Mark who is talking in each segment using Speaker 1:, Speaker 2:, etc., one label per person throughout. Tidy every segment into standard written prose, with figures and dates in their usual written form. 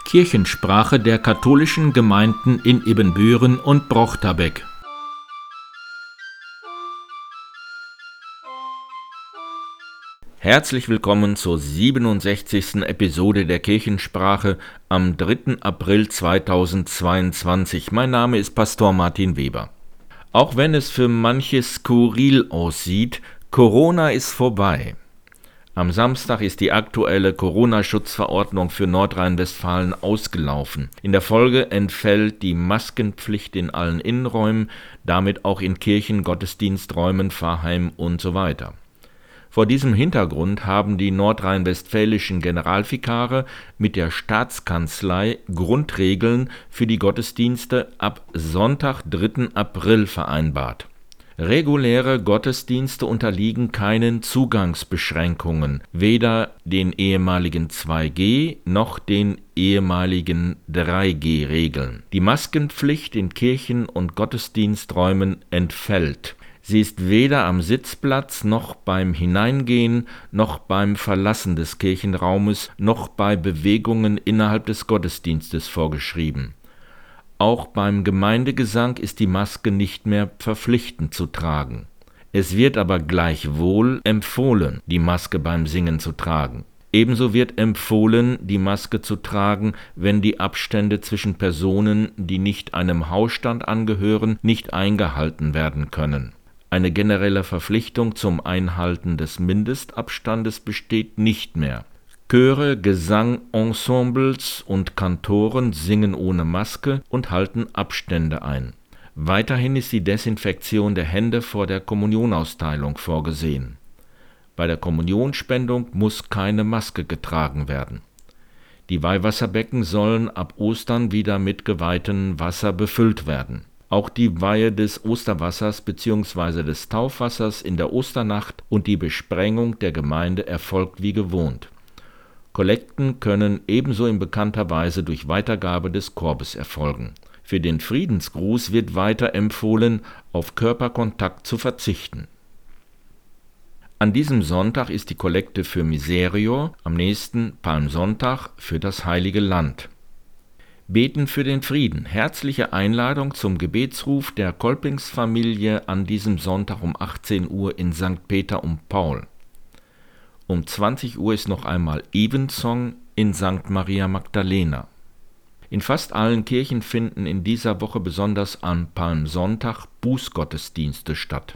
Speaker 1: Kirchensprache der katholischen Gemeinden in Ibbenbüren und Brochterbeck. Herzlich willkommen zur 67. Episode der Kirchensprache am 3. April 2022. Mein Name ist Pastor Martin Weber. Auch wenn es für manche skurril aussieht, Corona ist vorbei. Am Samstag ist die aktuelle Corona-Schutzverordnung für Nordrhein-Westfalen ausgelaufen. In der Folge entfällt die Maskenpflicht in allen Innenräumen, damit auch in Kirchen, Gottesdiensträumen, Pfarrheimen usw. Vor diesem Hintergrund haben die nordrhein-westfälischen Generalvikare mit der Staatskanzlei Grundregeln für die Gottesdienste ab Sonntag, 3. April vereinbart. Reguläre Gottesdienste unterliegen keinen Zugangsbeschränkungen, weder den ehemaligen 2G noch den ehemaligen 3G-Regeln. Die Maskenpflicht in Kirchen und Gottesdiensträumen entfällt. Sie ist weder am Sitzplatz noch beim Hineingehen noch beim Verlassen des Kirchenraumes noch bei Bewegungen innerhalb des Gottesdienstes vorgeschrieben. Auch beim Gemeindegesang ist die Maske nicht mehr verpflichtend zu tragen. Es wird aber gleichwohl empfohlen, die Maske beim Singen zu tragen. Ebenso wird empfohlen, die Maske zu tragen, wenn die Abstände zwischen Personen, die nicht einem Hausstand angehören, nicht eingehalten werden können. Eine generelle Verpflichtung zum Einhalten des Mindestabstandes besteht nicht mehr. Chöre, Gesangensembles und Kantoren singen ohne Maske und halten Abstände ein. Weiterhin ist die Desinfektion der Hände vor der Kommunionausteilung vorgesehen. Bei der Kommunionspendung muss keine Maske getragen werden. Die Weihwasserbecken sollen ab Ostern wieder mit geweihtem Wasser befüllt werden. Auch die Weihe des Osterwassers bzw. des Taufwassers in der Osternacht und die Besprengung der Gemeinde erfolgt wie gewohnt. Kollekten können ebenso in bekannter Weise durch Weitergabe des Korbes erfolgen. Für den Friedensgruß wird weiter empfohlen, auf Körperkontakt zu verzichten. An diesem Sonntag ist die Kollekte für Miserior, am nächsten Palmsonntag für das Heilige Land. Beten für den Frieden. Herzliche Einladung zum Gebetsruf der Kolpingsfamilie an diesem Sonntag um 18 Uhr in St. Peter und Paul. Um 20 Uhr ist noch einmal Evensong in St. Maria Magdalena. In fast allen Kirchen finden in dieser Woche besonders am Palmsonntag Bußgottesdienste statt.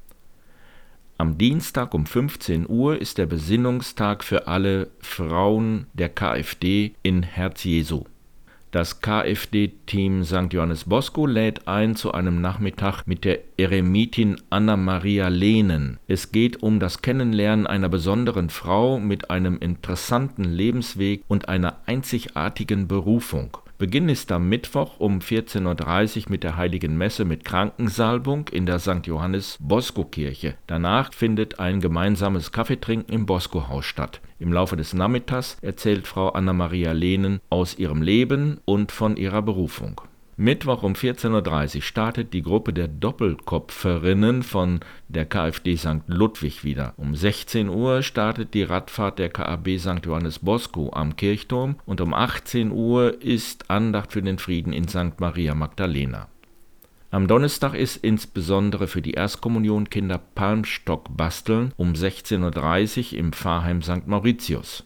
Speaker 1: Am Dienstag um 15 Uhr ist der Besinnungstag für alle Frauen der KfD in Herz Jesu. Das KfD-Team St. Johannes Bosco lädt ein zu einem Nachmittag mit der Eremitin Anna-Maria Lehnen. Es geht um das Kennenlernen einer besonderen Frau mit einem interessanten Lebensweg und einer einzigartigen Berufung. Beginn ist am Mittwoch um 14.30 Uhr mit der Heiligen Messe mit Krankensalbung in der St. Johannes Bosco Kirche. Danach findet ein gemeinsames Kaffeetrinken im Bosco-Haus statt. Im Laufe des Nachmittags erzählt Frau Anna-Maria Lehnen aus ihrem Leben und von ihrer Berufung. Mittwoch um 14.30 Uhr startet die Gruppe der Doppelkopferinnen von der KfD St. Ludwig wieder. Um 16 Uhr startet die Radfahrt der KAB St. Johannes Bosco am Kirchturm und um 18 Uhr ist Andacht für den Frieden in St. Maria Magdalena. Am Donnerstag ist insbesondere für die Erstkommunionkinder Palmstock basteln um 16.30 Uhr im Pfarrheim St. Mauritius.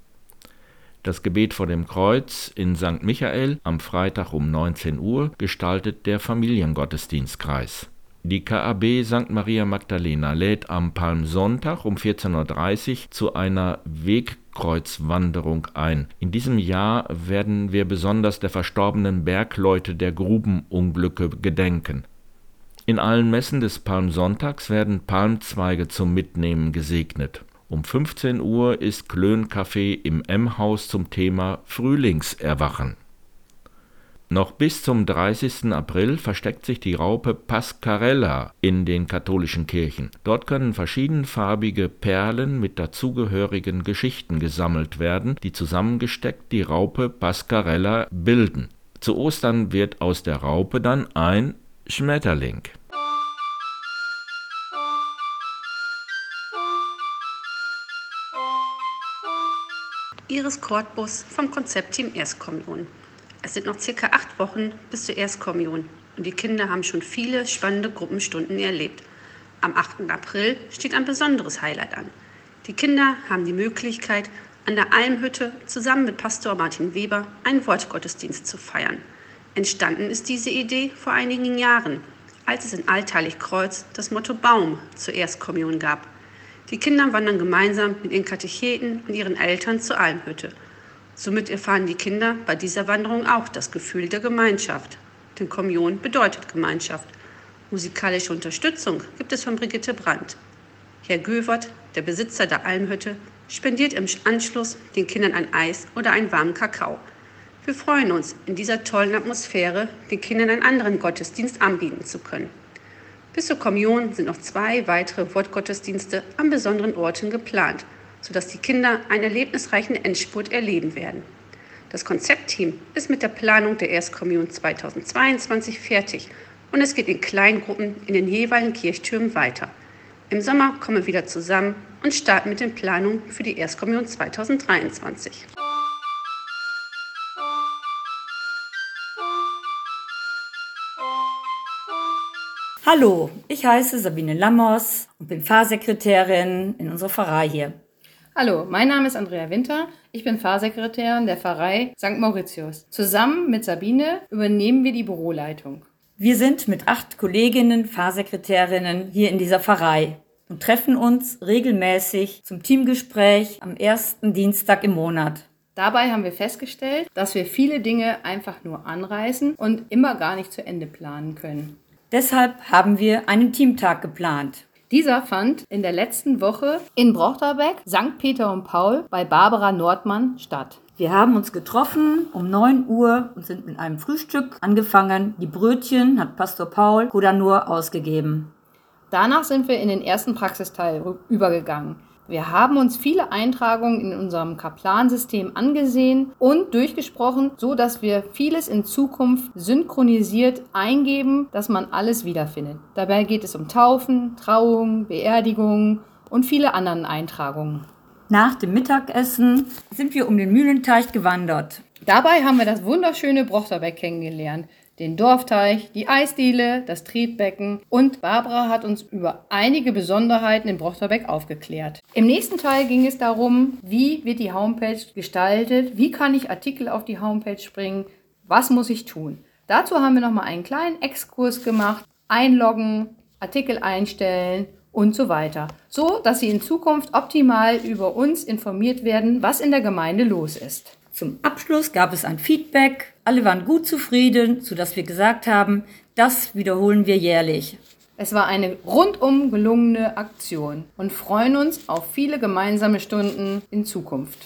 Speaker 1: Das Gebet vor dem Kreuz in St. Michael am Freitag um 19 Uhr gestaltet der Familiengottesdienstkreis. Die KAB St. Maria Magdalena lädt am Palmsonntag um 14.30 Uhr zu einer Wegkreuzwanderung ein. In diesem Jahr werden wir besonders der verstorbenen Bergleute der Grubenunglücke gedenken. In allen Messen des Palmsonntags werden Palmzweige zum Mitnehmen gesegnet. Um 15 Uhr ist Klönkaffee im M-Haus zum Thema Frühlingserwachen. Noch bis zum 30. April versteckt sich die Raupe Pascarella in den katholischen Kirchen. Dort können verschiedenfarbige Perlen mit dazugehörigen Geschichten gesammelt werden, die zusammengesteckt die Raupe Pascarella bilden. Zu Ostern wird aus der Raupe dann ein Schmetterling.
Speaker 2: Iris Kortbus vom Konzeptteam Erstkommunion. Es sind noch circa 8 Wochen bis zur Erstkommunion und die Kinder haben schon viele spannende Gruppenstunden erlebt. Am 8. April steht ein besonderes Highlight an. Die Kinder haben die Möglichkeit, an der Almhütte zusammen mit Pastor Martin Weber einen Wortgottesdienst zu feiern. Entstanden ist diese Idee vor einigen Jahren, als es in Altheilig-Kreuz das Motto Baum zur Erstkommunion gab. Die Kinder wandern gemeinsam mit ihren Katecheten und ihren Eltern zur Almhütte. Somit erfahren die Kinder bei dieser Wanderung auch das Gefühl der Gemeinschaft. Denn Kommunion bedeutet Gemeinschaft. Musikalische Unterstützung gibt es von Brigitte Brandt. Herr Göwert, der Besitzer der Almhütte, spendiert im Anschluss den Kindern ein Eis oder einen warmen Kakao. Wir freuen uns, in dieser tollen Atmosphäre den Kindern einen anderen Gottesdienst anbieten zu können. Bis zur Kommunion sind noch 2 weitere Wortgottesdienste an besonderen Orten geplant, sodass die Kinder einen erlebnisreichen Endspurt erleben werden. Das Konzeptteam ist mit der Planung der Erstkommunion 2022 fertig und es geht in Kleingruppen in den jeweiligen Kirchtürmen weiter. Im Sommer kommen wir wieder zusammen und starten mit den Planungen für die Erstkommunion 2023.
Speaker 3: Hallo, ich heiße Sabine Lammers und bin Pfarrsekretärin in unserer Pfarrei hier.
Speaker 4: Hallo, mein Name ist Andrea Winter. Ich bin Pfarrsekretärin der Pfarrei St. Mauritius. Zusammen mit Sabine übernehmen wir die Büroleitung.
Speaker 3: Wir sind mit 8 Kolleginnen, Pfarrsekretärinnen hier in dieser Pfarrei und treffen uns regelmäßig zum Teamgespräch am ersten Dienstag im Monat.
Speaker 4: Dabei haben wir festgestellt, dass wir viele Dinge einfach nur anreißen und immer gar nicht zu Ende planen können.
Speaker 3: Deshalb haben wir einen Teamtag geplant.
Speaker 4: Dieser fand in der letzten Woche in Brochterbeck, St. Peter und Paul bei Barbara Nordmann statt.
Speaker 3: Wir haben uns getroffen um 9 Uhr und sind mit einem Frühstück angefangen. Die Brötchen hat Pastor Paul Kodanur ausgegeben.
Speaker 4: Danach sind wir in den ersten Praxisteil übergegangen. Wir haben uns viele Eintragungen in unserem Kaplansystem angesehen und durchgesprochen, so dass wir vieles in Zukunft synchronisiert eingeben, dass man alles wiederfindet. Dabei geht es um Taufen, Trauungen, Beerdigungen und viele andere Eintragungen.
Speaker 3: Nach dem Mittagessen sind wir um den Mühlenteich gewandert.
Speaker 4: Dabei haben wir das wunderschöne Brochterbeck kennengelernt. Den Dorfteich, die Eisdiele, das Tretbecken und Barbara hat uns über einige Besonderheiten in Brochterbeck aufgeklärt. Im nächsten Teil ging es darum, wie wird die Homepage gestaltet, wie kann ich Artikel auf die Homepage bringen, was muss ich tun. Dazu haben wir nochmal einen kleinen Exkurs gemacht, einloggen, Artikel einstellen und so weiter, so dass Sie in Zukunft optimal über uns informiert werden, was in der Gemeinde los ist.
Speaker 3: Zum Abschluss gab es ein Feedback. Alle waren gut zufrieden, sodass wir gesagt haben, das wiederholen wir jährlich.
Speaker 4: Es war eine rundum gelungene Aktion und freuen uns auf viele gemeinsame Stunden in Zukunft.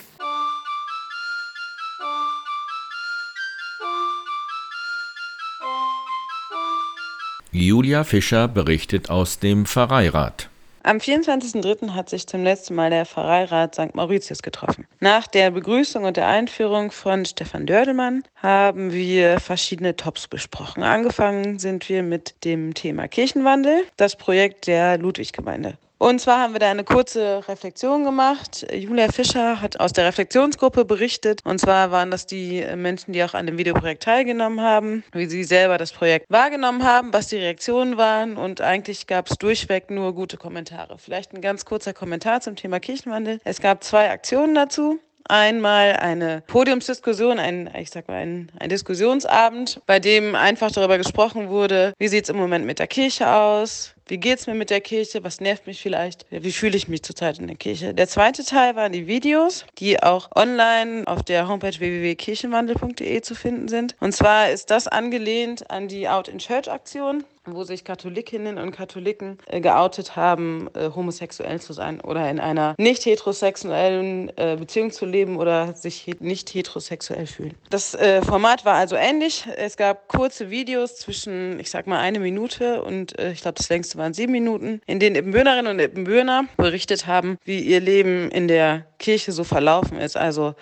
Speaker 1: Julia Fischer berichtet aus dem Pfarreirat.
Speaker 5: Am 24.03. hat sich zum letzten Mal der Pfarreirat St. Mauritius getroffen. Nach der Begrüßung und der Einführung von Stefan Dördelmann haben wir verschiedene Tops besprochen. Angefangen sind wir mit dem Thema Kirchenwandel, das Projekt der Ludwig-Gemeinde. Und zwar haben wir da eine kurze Reflexion gemacht. Julia Fischer hat aus der Reflexionsgruppe berichtet. Und zwar waren das die Menschen, die auch an dem Videoprojekt teilgenommen haben, wie sie selber das Projekt wahrgenommen haben, was die Reaktionen waren. Und eigentlich gab es durchweg nur gute Kommentare. Vielleicht ein ganz kurzer Kommentar zum Thema Kirchenwandel. Es gab 2 Aktionen dazu. Einmal eine Podiumsdiskussion, ein Diskussionsabend, bei dem einfach darüber gesprochen wurde, wie sieht es im Moment mit der Kirche aus, wie geht's mir mit der Kirche, was nervt mich vielleicht, wie fühle ich mich zurzeit in der Kirche. Der zweite Teil waren die Videos, die auch online auf der Homepage www.kirchenwandel.de zu finden sind. Und zwar ist das angelehnt an die Out-in-Church-Aktion, wo sich Katholikinnen und Katholiken geoutet haben, homosexuell zu sein oder in einer nicht heterosexuellen Beziehung zu leben oder sich nicht heterosexuell fühlen. Das Format war also ähnlich. Es gab kurze Videos zwischen, ich sag mal, 1 Minute und ich glaube, das längste waren 7 Minuten, in denen Ibbenbürgerinnen und Ibbenbürger berichtet haben, wie ihr Leben in der Kirche so verlaufen ist. Also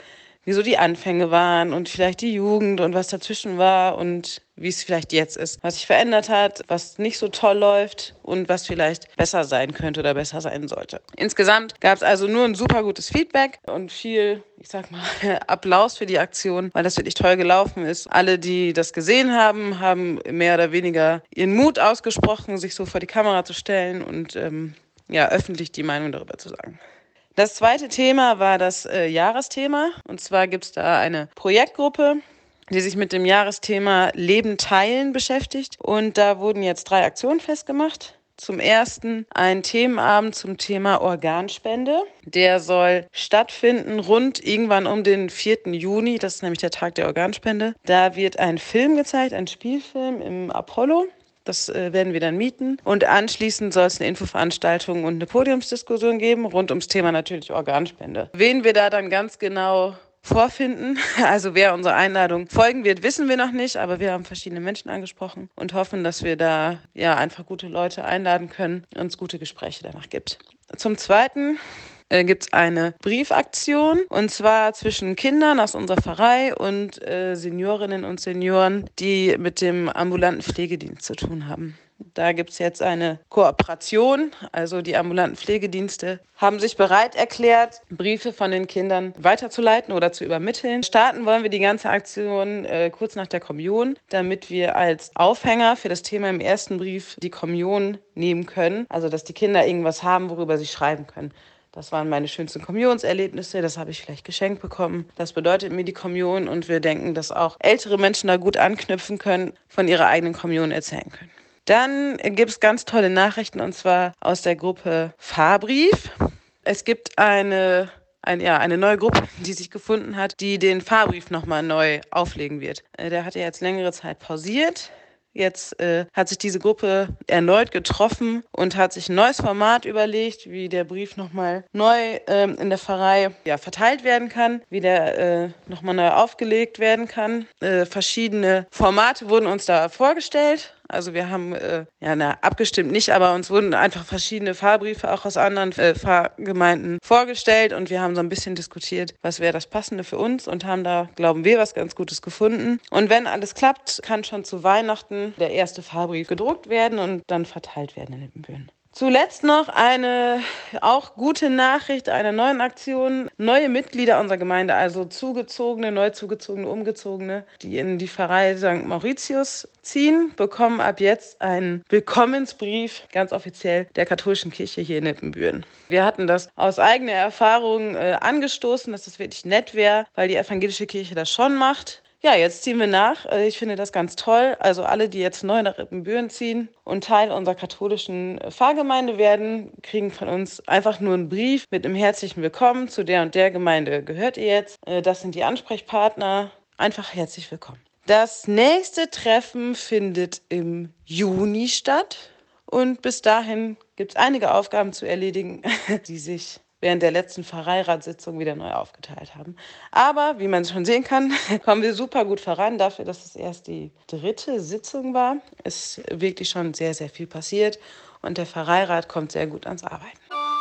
Speaker 5: wie so die Anfänge waren und vielleicht die Jugend und was dazwischen war und wie es vielleicht jetzt ist, was sich verändert hat, was nicht so toll läuft und was vielleicht besser sein könnte oder besser sein sollte. Insgesamt gab es also nur ein super gutes Feedback und viel, ich sag mal, Applaus für die Aktion, weil das wirklich toll gelaufen ist. Alle, die das gesehen haben, haben mehr oder weniger ihren Mut ausgesprochen, sich so vor die Kamera zu stellen und öffentlich die Meinung darüber zu sagen. Das zweite Thema war das Jahresthema. Und zwar gibt es da eine Projektgruppe, die sich mit dem Jahresthema Leben teilen beschäftigt. Und da wurden jetzt 3 Aktionen festgemacht. Zum ersten ein Themenabend zum Thema Organspende. Der soll stattfinden rund irgendwann um den 4. Juni. Das ist nämlich der Tag der Organspende. Da wird ein Film gezeigt, ein Spielfilm im Apollo. Das werden wir dann mieten. Und anschließend soll es eine Infoveranstaltung und eine Podiumsdiskussion geben, rund ums Thema natürlich Organspende. Wen wir da dann ganz genau vorfinden, also wer unserer Einladung folgen wird, wissen wir noch nicht, aber wir haben verschiedene Menschen angesprochen und hoffen, dass wir da einfach gute Leute einladen können und es gute Gespräche danach gibt. Zum Zweiten gibt es eine Briefaktion, und zwar zwischen Kindern aus unserer Pfarrei und Seniorinnen und Senioren, die mit dem ambulanten Pflegedienst zu tun haben. Da gibt es jetzt eine Kooperation, also die ambulanten Pflegedienste haben sich bereit erklärt, Briefe von den Kindern weiterzuleiten oder zu übermitteln. Starten wollen wir die ganze Aktion kurz nach der Kommunion, damit wir als Aufhänger für das Thema im ersten Brief die Kommunion nehmen können, also dass die Kinder irgendwas haben, worüber sie schreiben können. Das waren meine schönsten Kommunionserlebnisse, das habe ich vielleicht geschenkt bekommen. Das bedeutet mir die Kommunion und wir denken, dass auch ältere Menschen da gut anknüpfen können, von ihrer eigenen Kommunion erzählen können. Dann gibt es ganz tolle Nachrichten, und zwar aus der Gruppe Fahrbrief. Es gibt eine neue Gruppe, die sich gefunden hat, die den Fahrbrief nochmal neu auflegen wird. Der hat ja jetzt längere Zeit pausiert. Jetzt hat sich diese Gruppe erneut getroffen und hat sich ein neues Format überlegt, wie der Brief nochmal neu in der Pfarrei verteilt werden kann, wie der nochmal neu aufgelegt werden kann. Verschiedene Formate wurden uns da vorgestellt. Also wir haben, abgestimmt nicht, aber uns wurden einfach verschiedene Fahrbriefe auch aus anderen Pfarrgemeinden vorgestellt und wir haben so ein bisschen diskutiert, was wäre das Passende für uns und haben da, glauben wir, was ganz Gutes gefunden. Und wenn alles klappt, kann schon zu Weihnachten der erste Fahrbrief gedruckt werden und dann verteilt werden in Nippenbüren. Zuletzt noch eine auch gute Nachricht einer neuen Aktion. Neue Mitglieder unserer Gemeinde, also Zugezogene, neu zugezogene, Umgezogene, die in die Pfarrei St. Mauritius ziehen, bekommen ab jetzt einen Willkommensbrief, ganz offiziell, der katholischen Kirche hier in Nippenbüren. Wir hatten das aus eigener Erfahrung angestoßen, dass das wirklich nett wäre, weil die evangelische Kirche das schon macht. Ja, jetzt ziehen wir nach. Ich finde das ganz toll. Also alle, die jetzt neu nach Nippenbüren ziehen und Teil unserer katholischen Pfarrgemeinde werden, kriegen von uns einfach nur einen Brief mit einem herzlichen Willkommen. Zu der und der Gemeinde gehört ihr jetzt. Das sind die Ansprechpartner. Einfach herzlich willkommen. Das nächste Treffen findet im Juni statt. Und bis dahin gibt es einige Aufgaben zu erledigen, die sich während der letzten Pfarreiratssitzung wieder neu aufgeteilt haben. Aber, wie man schon sehen kann, kommen wir super gut voran. Dafür, dass es erst die 3. Sitzung war, ist wirklich schon sehr, sehr viel passiert. Und der Pfarreirat kommt sehr gut ans Arbeiten.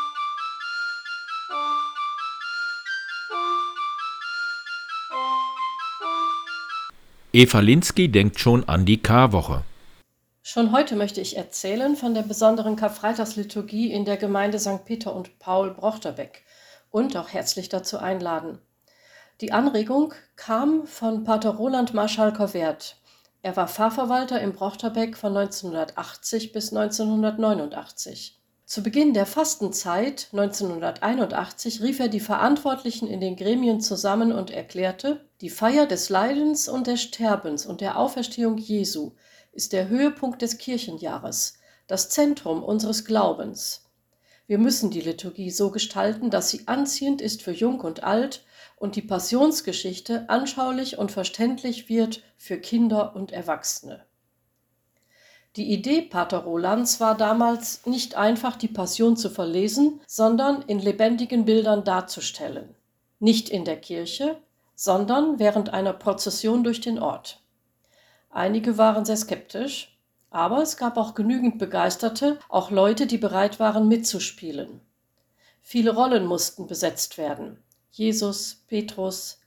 Speaker 1: Eva Linsky denkt schon an die Karwoche.
Speaker 6: Schon heute möchte ich erzählen von der besonderen Karfreitagsliturgie in der Gemeinde St. Peter und Paul Brochterbeck und auch herzlich dazu einladen. Die Anregung kam von Pater Roland Marschall-Covert. Er war Pfarrverwalter im Brochterbeck von 1980 bis 1989. Zu Beginn der Fastenzeit 1981 rief er die Verantwortlichen in den Gremien zusammen und erklärte: Die Feier des Leidens und des Sterbens und der Auferstehung Jesu ist der Höhepunkt des Kirchenjahres, das Zentrum unseres Glaubens. Wir müssen die Liturgie so gestalten, dass sie anziehend ist für Jung und Alt und die Passionsgeschichte anschaulich und verständlich wird für Kinder und Erwachsene. Die Idee Pater Rolands war damals nicht einfach, die Passion zu verlesen, sondern in lebendigen Bildern darzustellen. Nicht in der Kirche, sondern während einer Prozession durch den Ort. Einige waren sehr skeptisch, aber es gab auch genügend Begeisterte, auch Leute, die bereit waren mitzuspielen. Viele Rollen mussten besetzt werden. Jesus, Petrus,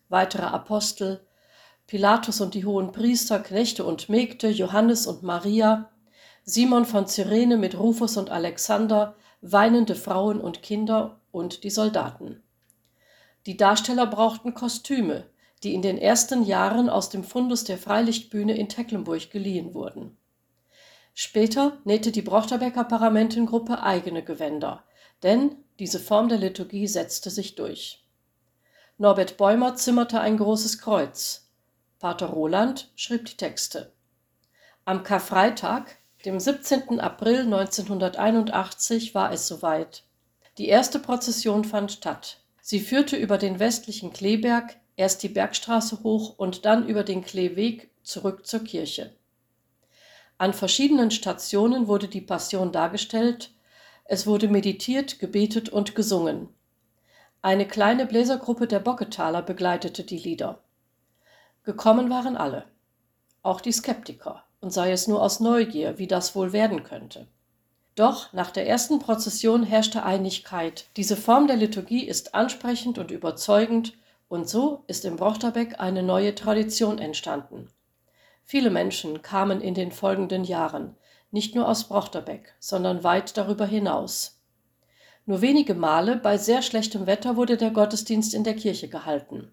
Speaker 6: weitere Apostel, Pilatus und die hohen Priester, Knechte und Mägde, Johannes und Maria, Simon von Cyrene mit Rufus und Alexander, weinende Frauen und Kinder und die Soldaten. Die Darsteller brauchten Kostüme, die in den ersten Jahren aus dem Fundus der Freilichtbühne in Tecklenburg geliehen wurden. Später nähte die Brochterbecker Paramentengruppe eigene Gewänder, denn diese Form der Liturgie setzte sich durch. Norbert Bäumer zimmerte ein großes Kreuz. Pater Roland schrieb die Texte. Am Karfreitag, dem 17. April 1981, war es soweit. Die erste Prozession fand statt. Sie führte über den westlichen Kleeberg, erst die Bergstraße hoch und dann über den Kleeweg zurück zur Kirche. An verschiedenen Stationen wurde die Passion dargestellt, es wurde meditiert, gebetet und gesungen. Eine kleine Bläsergruppe der Bocketaler begleitete die Lieder. Gekommen waren alle, auch die Skeptiker, und sei es nur aus Neugier, wie das wohl werden könnte. Doch nach der ersten Prozession herrschte Einigkeit. Diese Form der Liturgie ist ansprechend und überzeugend, und so ist im Brochterbeck eine neue Tradition entstanden. Viele Menschen kamen in den folgenden Jahren, nicht nur aus Brochterbeck, sondern weit darüber hinaus. Nur wenige Male bei sehr schlechtem Wetter wurde der Gottesdienst in der Kirche gehalten.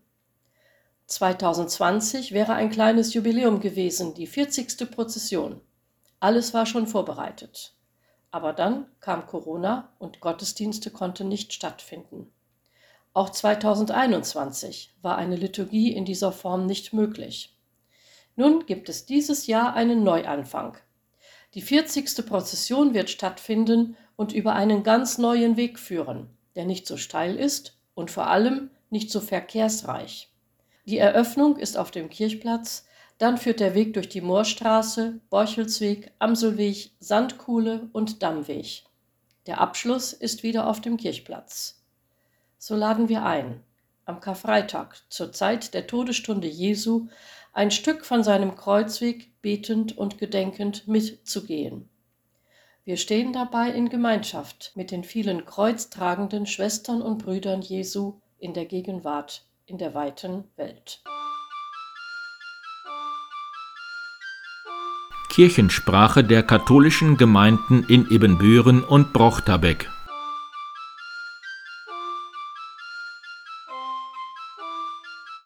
Speaker 6: 2020 wäre ein kleines Jubiläum gewesen, die 40. Prozession. Alles war schon vorbereitet. Aber dann kam Corona und Gottesdienste konnten nicht stattfinden. Auch 2021 war eine Liturgie in dieser Form nicht möglich. Nun gibt es dieses Jahr einen Neuanfang. Die 40. Prozession wird stattfinden und über einen ganz neuen Weg führen, der nicht so steil ist und vor allem nicht so verkehrsreich. Die Eröffnung ist auf dem Kirchplatz, dann führt der Weg durch die Moorstraße, Borchelsweg, Amselweg, Sandkuhle und Dammweg. Der Abschluss ist wieder auf dem Kirchplatz. So laden wir ein, am Karfreitag, zur Zeit der Todesstunde Jesu, ein Stück von seinem Kreuzweg betend und gedenkend mitzugehen. Wir stehen dabei in Gemeinschaft mit den vielen kreuztragenden Schwestern und Brüdern Jesu in der Gegenwart, in der weiten Welt.
Speaker 1: Kirchensprache der katholischen Gemeinden in Ibbenbüren und Brochterbeck.